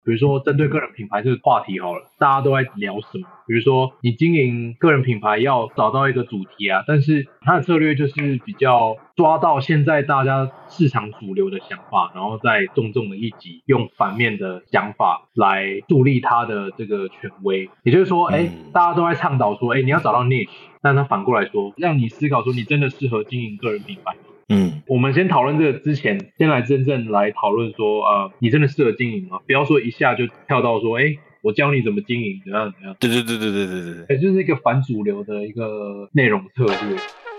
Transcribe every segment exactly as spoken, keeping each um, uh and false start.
比如说针对个人品牌这个话题好了，大家都在聊什么？比如说你经营个人品牌要找到一个主题啊，但是它的策略就是比较抓到现在大家市场主流的想法，然后再重重的一击，用反面的想法来树立它的这个权威。也就是说，哎，大家都在倡导说，哎，你要找到 niche， 但它反过来说，让你思考说，你真的适合经营个人品牌吗？嗯，我们先讨论这个之前，先来真正来讨论说，呃，你真的适合经营吗？不要说一下就跳到说，哎，我教你怎么经营，怎样怎样。 对对对对对对对对， 就是一个反主流的一个内容策略。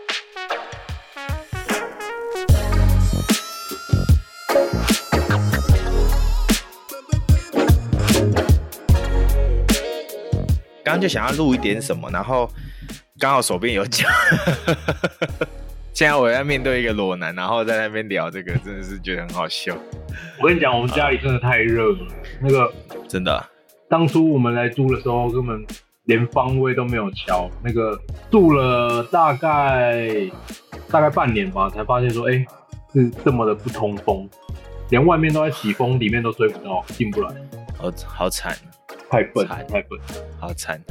刚刚就想要录一点什么，然后刚好手边有讲。现在我在面对一个裸男，然后在那边聊这个，真的是觉得很好笑。 我跟你讲，我们家里真的太热了，那个真的、啊。 当初我们来租的时候，根本连方位都没有敲，那个住了大概大概半年吧，才发现说，哎、欸，是这么的不通风，连外面都在起风，里面都吹不到，进不来。 好好惨， 太笨，太笨， 好惨。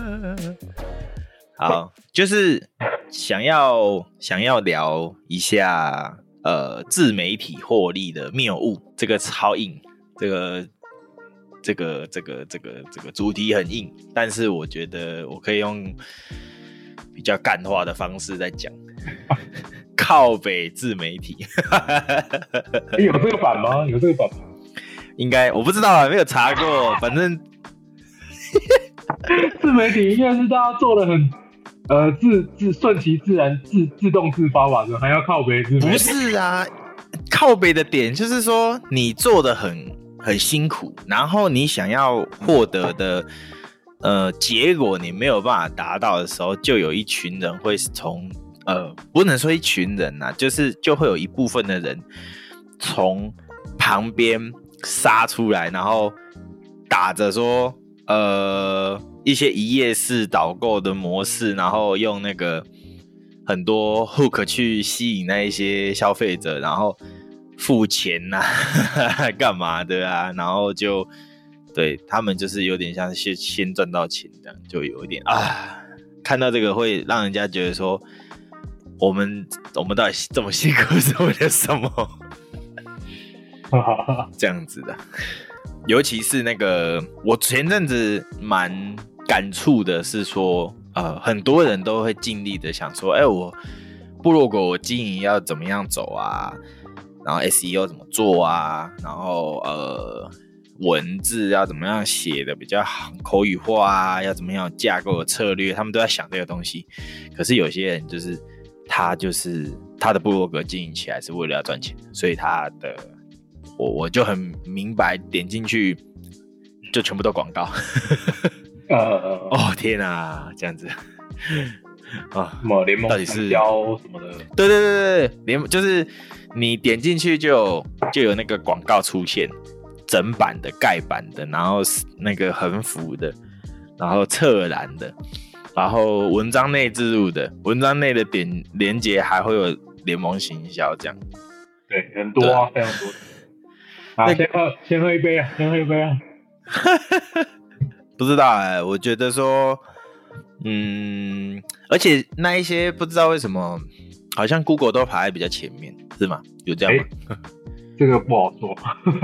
好，就是想要想要聊一下呃自媒体获利的谬误，这个超硬，这个这个这个这个这个主题很硬，但是我觉得我可以用比较干话的方式在讲。靠北自媒体， 欸、有这个版吗？有这个版吗？ 应该我不知道啊，没有查过，反正自媒体应该是大家做的很。呃，自自顺其自然，自自动自发吧，还要靠北自媒体。 不是啊，靠北的点就是说，你做的很很辛苦，然后你想要获得的呃结果，你没有办法达到的时候，就有一群人会从呃，不能说一群人呐、啊，就是就会有一部分的人从旁边杀出来，然后打着说呃。一些一页式导购的模式，然后用那个很多 hook 去吸引那一些消费者，然后付钱啊干嘛的啊，然后就对他们就是有点像是先赚到钱这样，就有一点啊，看到这个会让人家觉得说，我们我们到底这么辛苦是为了什么？这样子的。尤其是那个，我前阵子蛮感触的是说，呃，很多人都会尽力的想说，哎、欸，我部落格我经营要怎么样走啊，然后 S E O 怎么做啊，然后呃，文字要怎么样写的比较好，口语化啊，要怎么样有架构的策略，他们都在想这个东西。可是有些人就是他就是他的部落格经营起来是为了要赚钱，所以他的。我我就很明白，点进去就全部都广告。 呃， 哦天啊，这样子啊，什么联盟成交什么的？ 对对对对，联就是你点进去就有就有那个广告出现，整版的、盖版的，然后那个横幅的，然后侧栏的，然后文章内置入的，文章内的点连结还会有联盟行销这样。 对，很多啊，非常多。啊，先喝，先喝一杯啊，先喝一杯啊。 不知道哎、欸，我觉得说，嗯，而且那一些不知道为什么，好像 Google 都排在比较前面，是吗？有这样吗？ 欸、这个不好说。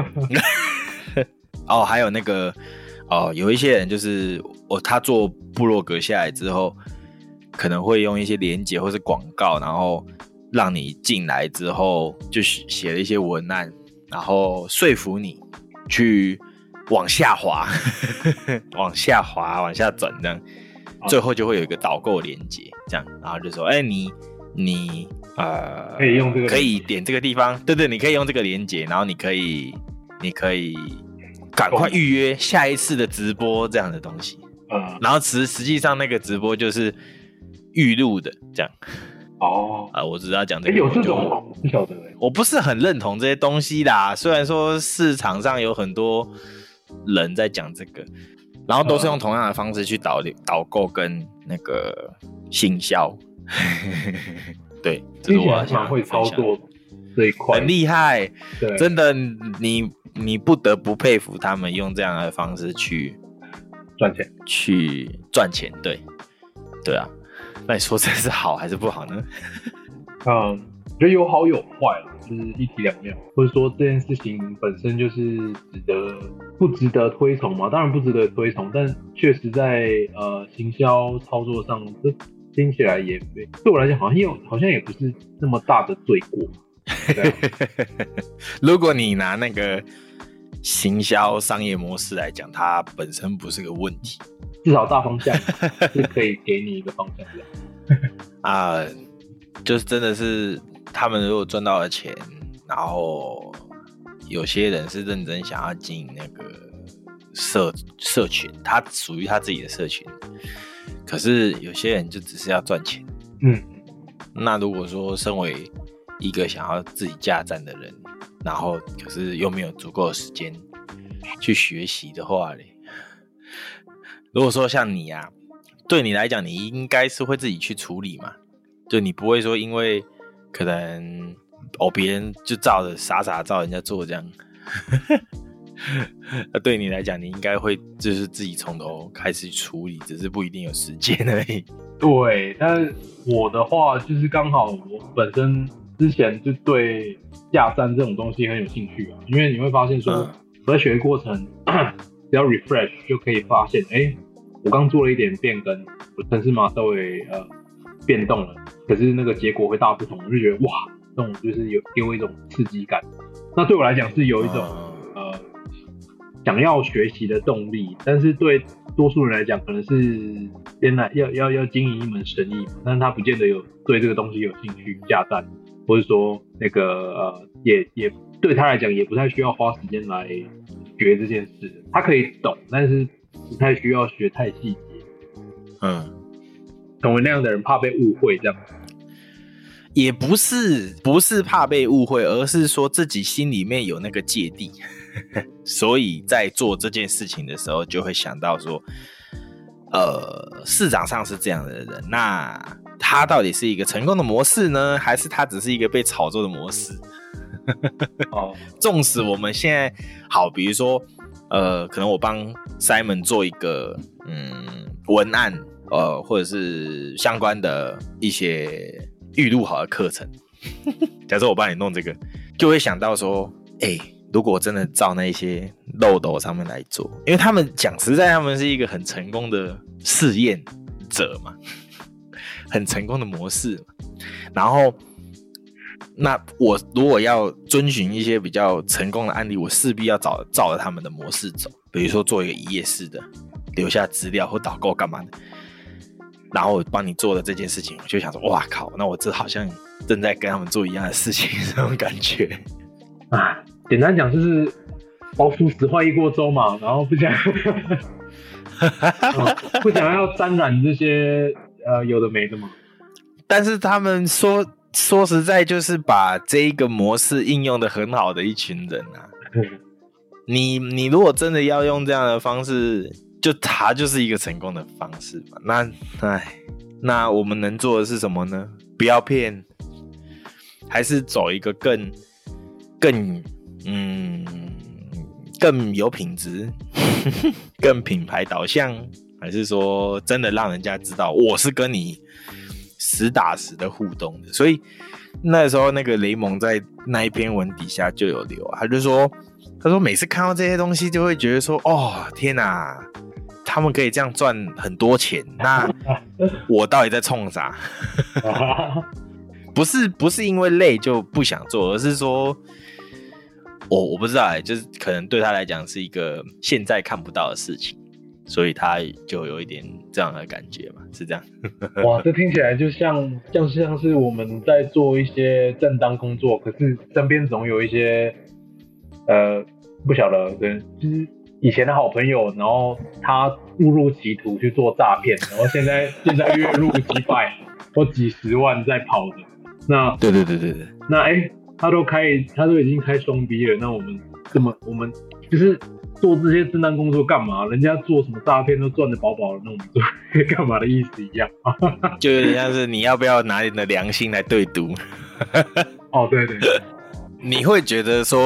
哦，还有那个，哦，有一些人就是哦，他做部落格下来之后，可能会用一些连结或是广告，然后让你进来之后，就写了一些文案。然后说服你去往下滑，往下滑，往下转，这样，最后就会有一个导购连结，这样，然后就说，哎、欸，你你呃， 可以用这个， 可以点这个地方，对对，你可以用这个连结，然后你可以，你可以赶快预约下一次的直播这样的东西，嗯，然后实实际上那个直播就是预录的，这样。 哦， 啊，我只是要讲这个、 欸，有这种不晓得哎， 我不是很认同这些东西啦。虽然说市场上有很多人在讲这个，然后都是用同样的方式去导导购跟那个行销。对，这是我想会操作这一块， 很厉害，真的。你你不得不佩服他们用这样的方式去赚钱， 去赚钱，对，对啊。那你说这是好还是不好呢？ 嗯，我觉得有好有坏啦，就是一体两面，或者说这件事情本身就是值得不值得推崇嘛？当然不值得推崇，但确实在呃行销操作上，这听起来也对我来讲好像也好像也不是那么大的罪过。对啊、 如果你拿那个行销商业模式来讲，它本身不是个问题， 至少大方向是可以给你一个方向的啊，就是真的是他们如果赚到了钱，然后有些人是认真想要经营那个社社群，他属于他自己的社群，可是有些人就只是要赚钱。 嗯， 那如果说身为一个想要自己架站的人，然后可是又没有足够的时间去学习的话咧，如果说像你啊，对你来讲，你应该是会自己去处理嘛，就你不会说因为可能哦别人就照着傻傻照人家做这样，那对你来讲，你应该会就是自己从头开始处理，只是不一定有时间而已。 对，但是我的话就是刚好我本身之前就对架站这种东西很有兴趣啊，因为你会发现说， 嗯、 我在学的过程只要 refresh 就可以发现，哎、欸，我刚做了一点变更，我程式码稍微呃变动了，可是那个结果会大不同，我就觉得哇，这种就是有给我一种刺激感。那对我来讲是有一种、嗯、呃想要学习的动力，但是对多数人来讲可能是先来要要要经营一门生意，但是他不见得有对这个东西有兴趣架站，或者说那个呃也也对他来讲也不太需要花时间来学这件事，他可以懂，但是不太需要学太细节。 嗯， 成为那样的人怕被误会，这样也不是不是怕被误会，而是说自己心里面有那个芥蒂，所以在做这件事情的时候，就会想到说，呃，市场上是这样的人，那他到底是一个成功的模式呢，还是他只是一个被炒作的模式？哦，纵使我们现在好，比如说，呃，可能我帮 Simon 做一个嗯文案，呃，或者是相关的一些预录好的课程。假设我帮你弄这个，就会想到说，哎、欸，如果我真的照那些漏斗上面来做，因为他们讲实在，他们是一个很成功的试验者嘛，很成功的模式嘛，然后。那我如果要遵循一些比较成功的案例，我势必要找照着他们的模式走，比如说做一个一页式的，留下资料或导购干嘛的，然后我帮你做的这件事情，我就想说，哇靠，那我这好像正在跟他们做一样的事情，这种感觉。 啊，简单讲就是包出实话一锅粥嘛，然后不想、哦、不想要沾染这些呃有的没的嘛。 但是他们说。说实在，就是把这一个模式应用的很好的一群人啊。你你如果真的要用这样的方式，就它就是一个成功的方式嘛。那唉，那我们能做的是什么呢？不要骗，还是走一个更更嗯更有品质、更品牌导向，还是说真的让人家知道我是跟你实打实的互动的？所以那时候那个雷蒙在那一篇文底下就有留、啊，他就说，他说每次看到这些东西就会觉得说，哦天哪，他们可以这样赚很多钱，那我到底在冲啥？不是不是因为累就不想做，而是说，我我不知道哎、欸，就是可能对他来讲是一个现在看不到的事情。所以他就有一点这样的感觉嘛，是这样。 哇，这听起来就像像像是我们在做一些正当工作，可是身边总有一些呃不晓得人，就是以前的好朋友，然后他误入歧途去做诈骗，然后现在现在月入几百或几十万在跑的。那对对对对对， 那哎、欸，他都开他都已经开双 B 了，那我们这么我们就是。做这些正当工作干嘛？人家做什么诈骗都赚得饱饱的，那我们做干嘛的意思一样。 就有点像是你要不要拿你的良心来对赌。 哦，对对对。 你会觉得说，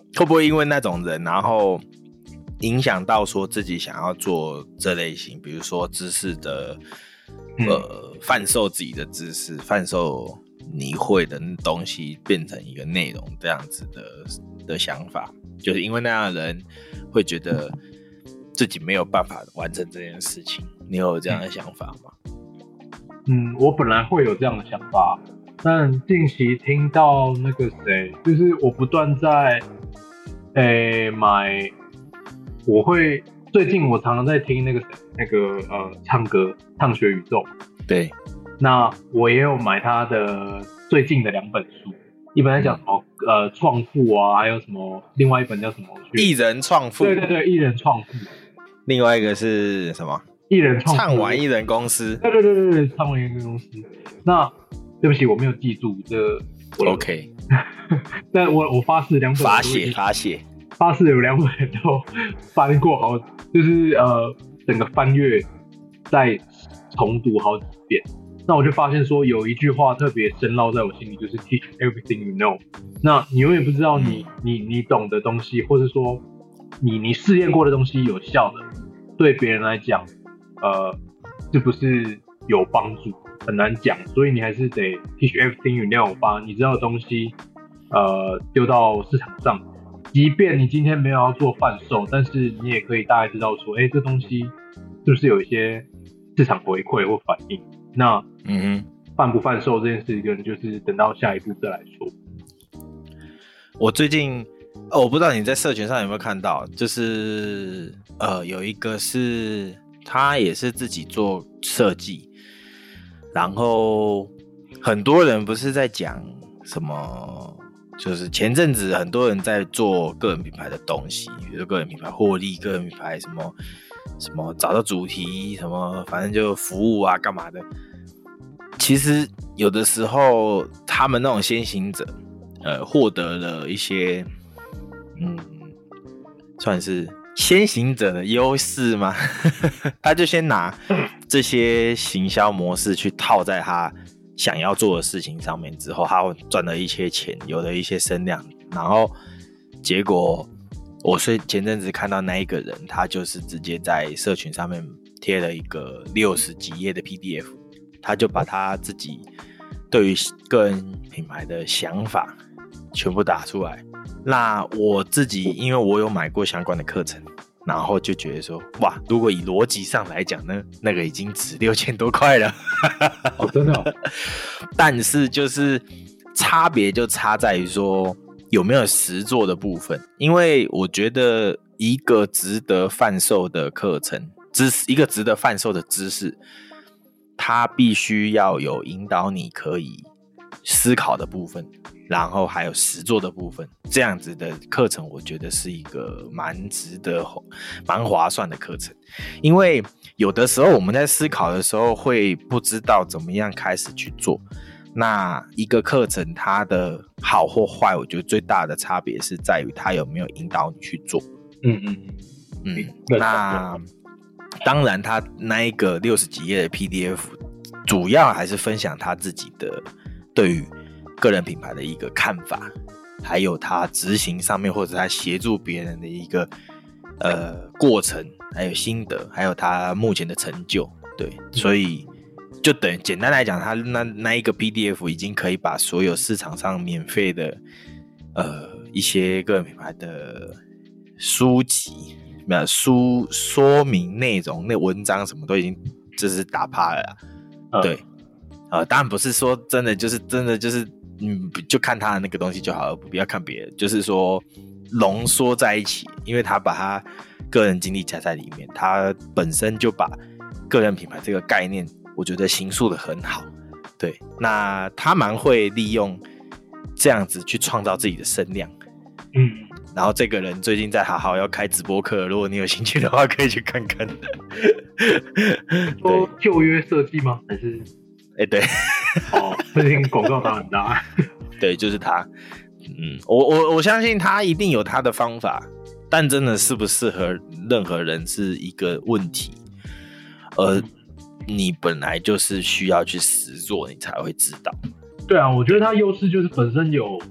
会不会因为那种人，然后影响到说自己想要做这类型，比如说知识的，呃，贩售自己的知识，贩售你会的东西变成一个内容这样子的的想法，就是因为那样的人会觉得自己没有办法完成这件事情。你有这样的想法吗？ 嗯，我本来会有这样的想法，但近期听到那个谁，就是我不断在，诶买，我会最近我常常在听那个谁，那个呃唱歌唱学宇宙， 对， 那我也有买他的最近的两本书，一本在讲什么、嗯、呃创富啊，还有什么另外一本叫什么艺人创富， 对对对，艺人创富， 另外一个是什么？ 艺人创富， 唱完艺人公司， 对对对对对，唱完艺人公司。那对不起，我没有记住这。 OK， 但我我发誓两本发泄发泄， 发誓有两本都翻过好，就是呃整个翻阅再重读好几遍。那我就发现说有一句话特别深烙在我心里，就是 teach everything you know。那你永远不知道你、嗯、你你懂的东西，或是说你你试验过的东西有效的，对别人来讲。呃，是不是有帮助很难讲，所以你还是得 teach everything you know， 把你知道的东西，呃，丢到市场上。即便你今天没有要做贩售，但是你也可以大概知道说，哎，这东西是不是有一些市场回馈或反应？那，嗯哼，贩不贩售这件事情，就是等到下一步再来说。 我最近。哦，我不知道你在社群上有没有看到，就是呃，有一个是他也是自己做设计，然后很多人不是在讲什么，就是前阵子很多人在做个人品牌的东西，比如说个人品牌获利、个人品牌什么什么找到主题，什么反正就服务啊干嘛的。其实有的时候他们那种先行者，呃，获得了一些。嗯，算是先行者的优势吗？他就先拿这些行销模式去套在他想要做的事情上面，之后他赚了一些钱，有了一些声量，然后结果我是前阵子看到那一个人，他就是直接在社群上面贴了一个六十几页的 P D F， 他就把他自己对于个人品牌的想法全部打出来。那我自己因为我有买过相关的课程，然后就觉得说，哇，如果以逻辑上来讲呢，那个已经值六千多块了。 哦，真的哦。 但是就是差别就差在于说有没有实作的部分，因为我觉得一个值得贩售的课程，知识一个值得贩售的知识，它必须要有引导你可以思考的部分。然后还有实作的部分，这样子的课程，我觉得是一个蛮值得、蛮划算的课程。因为有的时候我们在思考的时候，会不知道怎么样开始去做。那一个课程它的好或坏，我觉得最大的差别是在于它有没有引导你去做。嗯嗯嗯。那当然，他那一个六十几页的 P D F， 主要还是分享他自己的对于个人品牌的一个看法，还有他执行上面或者他协助别人的一个呃过程，还有心得，还有他目前的成就。对，所以就等简单来讲，他那那一个 P D F 已经可以把所有市场上免费的呃一些个人品牌的书籍、没有书说明内容、那文章什么都已经就是打趴了啦。嗯、对，呃，当然不是说真的就是真的就是。嗯，就看他的那个东西就好了，不要看别人。就是说浓缩在一起，因为他把他个人经历加在里面，他本身就把个人品牌这个概念，我觉得形塑的很好。对，那他蛮会利用这样子去创造自己的声量。嗯，然后这个人最近在好好要开直播课，如果你有兴趣的话，可以去看看。 说旧约设计吗？还是？ 哎、欸，对。 哦，最近广告打很大。 对，就是他。嗯，我我我相信他一定有他的方法，但真的适不适合任何人是一个问题。而你本来就是需要去实做，你才会知道。 对啊，我觉得他优势就是本身有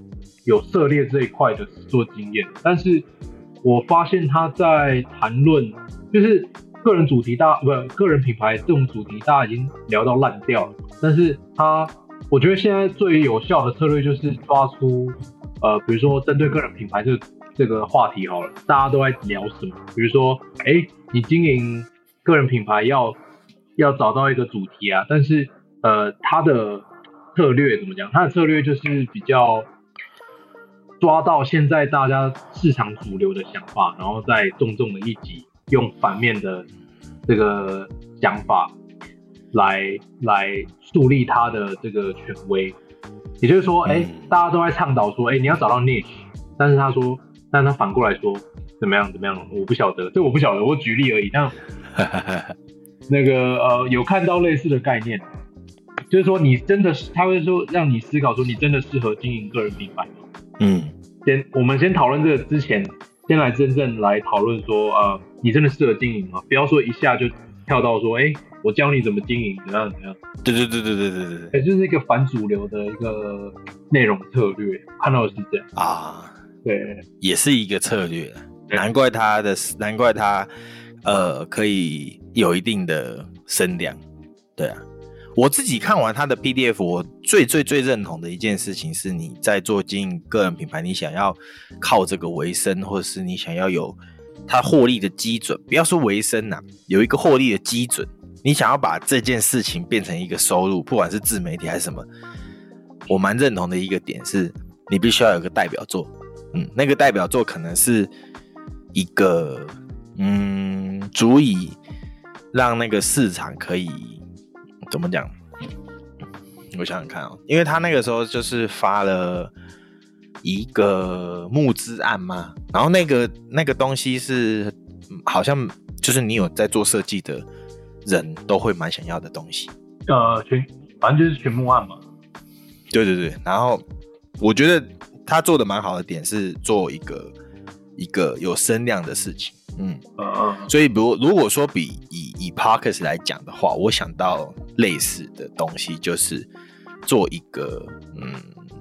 有涉猎这一块的实作经验，但是我发现他在谈论就是个人主题大不个人品牌这种主题，大家已经聊到烂掉了。但是他，我觉得现在最有效的策略就是抓出，呃，比如说针对个人品牌这个这个话题好了，大家都在聊什么？比如说，哎，你经营个人品牌要要找到一个主题啊，但是呃，他的策略怎么讲？他的策略就是比较抓到现在大家市场主流的想法，然后再重重的一击。用反面的这个想法来来树立他的这个权威，也就是说，哎、欸，大家都在倡导说，哎、欸，你要找到 niche， 但是他说，但是他反过来说，怎么样怎么样，我不晓得，这我不晓得，我举例而已。但那个呃，有看到类似的概念，就是说你真的，他会说让你思考说，你真的适合经营个人品牌吗？嗯，先我们先讨论这个之前。先来真正来讨论说，呃，你真的适合经营吗？不要说一下就跳到说，哎、欸，我教你怎么经营，怎样怎样。 对对对对对对对对， 就是一个反主流的一个内容策略，看到的是这样啊， 对， 也是一个策略，难怪他的，难怪他呃可以有一定的声量，对啊。我自己看完他的 P D F， 我最最最认同的一件事情是，你在做经营个人品牌，你想要靠这个为生，或者是你想要有它获利的基准，不要说为生啊，有一个获利的基准，你想要把这件事情变成一个收入，不管是自媒体还是什么，我蛮认同的一个点是，你必须要有一个代表作，嗯，那个代表作可能是一个嗯，足以让那个市场可以。怎么讲？我想想看哦，因为他那个时候就是发了一个募资案嘛，然后那个那个东西是好像就是你有在做设计的人都会蛮想要的东西。 呃，全反正就是全募案嘛。 对对对，然后我觉得他做的蛮好的点是做一个一个有声量的事情。嗯，所以如如果说比以以 Podcast 来讲的话，我想到类似的东西就是做一个嗯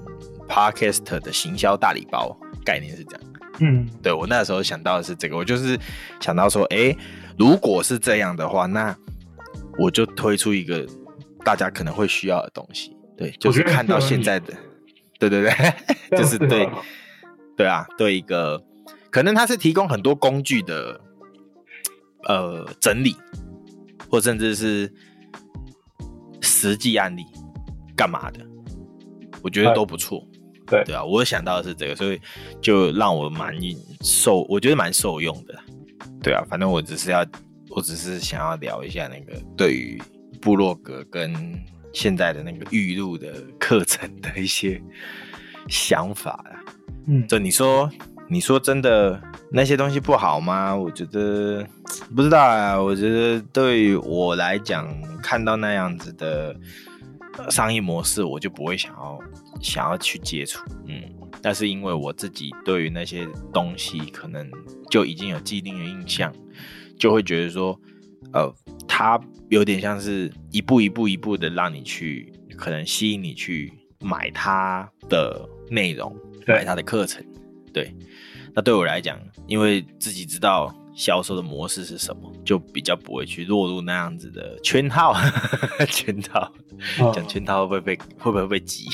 Podcast 的行销大礼包，概念是这样。嗯，对，我那时候想到的是这个，我就是想到说，哎，如果是这样的话，那我就推出一个大家可能会需要的东西，对，就是看到现在的，对对对，就是对，对啊，对一个。可能它是提供很多工具的，呃，整理，或甚至是实际案例，干嘛的？我觉得都不错。 对对啊，我想到的是这个，所以就让我蛮受，我觉得蛮受用的。对啊，反正我只是要，我只是想要聊一下那个对于部落格跟现在的那个预录的课程的一些想法啦。嗯，就你说。你说真的那些东西不好吗？我觉得不知道啊。我觉得对于我来讲，看到那样子的商业模式，我就不会想要想要去接触。嗯，但是因为我自己对于那些东西可能就已经有既定的印象，就会觉得说，呃，它有点像是一步一步一步的让你去，可能吸引你去买它的内容，买它的课程。对，那对我来讲，因为自己知道销售的模式是什么，就比较不会去落入那样子的圈套。圈套，讲、哦、圈套会不会被会不会被挤？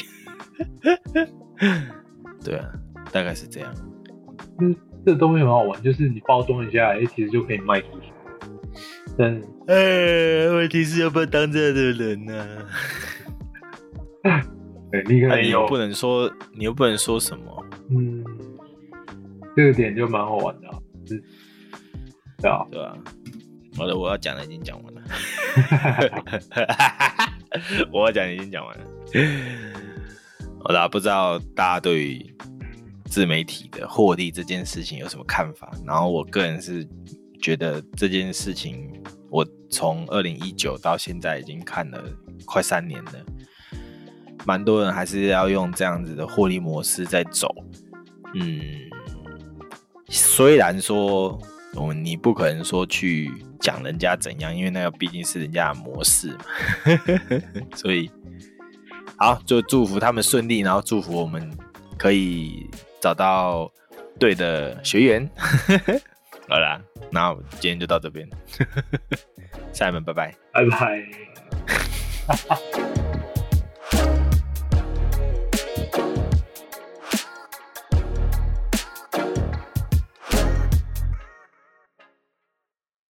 对啊，大概是这样。 嗯，这个东西很好玩，就是你包装一下，哎、欸，其实就可以卖出去。但， 哎、欸，问题是要不要当这样的人呢、 啊？对，你可能你又不能说，你又不能说什么。 嗯。这个点就蛮好玩的、啊，是，对啊， 对啊，好的，我要讲的已经讲完了，我要讲的已经讲完了。好啦，不知道大家对于自媒体的获利这件事情有什么看法？然后我个人是觉得这件事情，我从二零一九到现在已经看了快三年了，蛮多人还是要用这样子的获利模式在走，嗯。虽然说我们你不可能说去讲人家怎样，因为那个毕竟是人家的模式嘛，所以好就祝福他们顺利，然后祝福我们可以找到对的学员。好啦，那我今天就到这边，Simon，拜拜， 拜拜。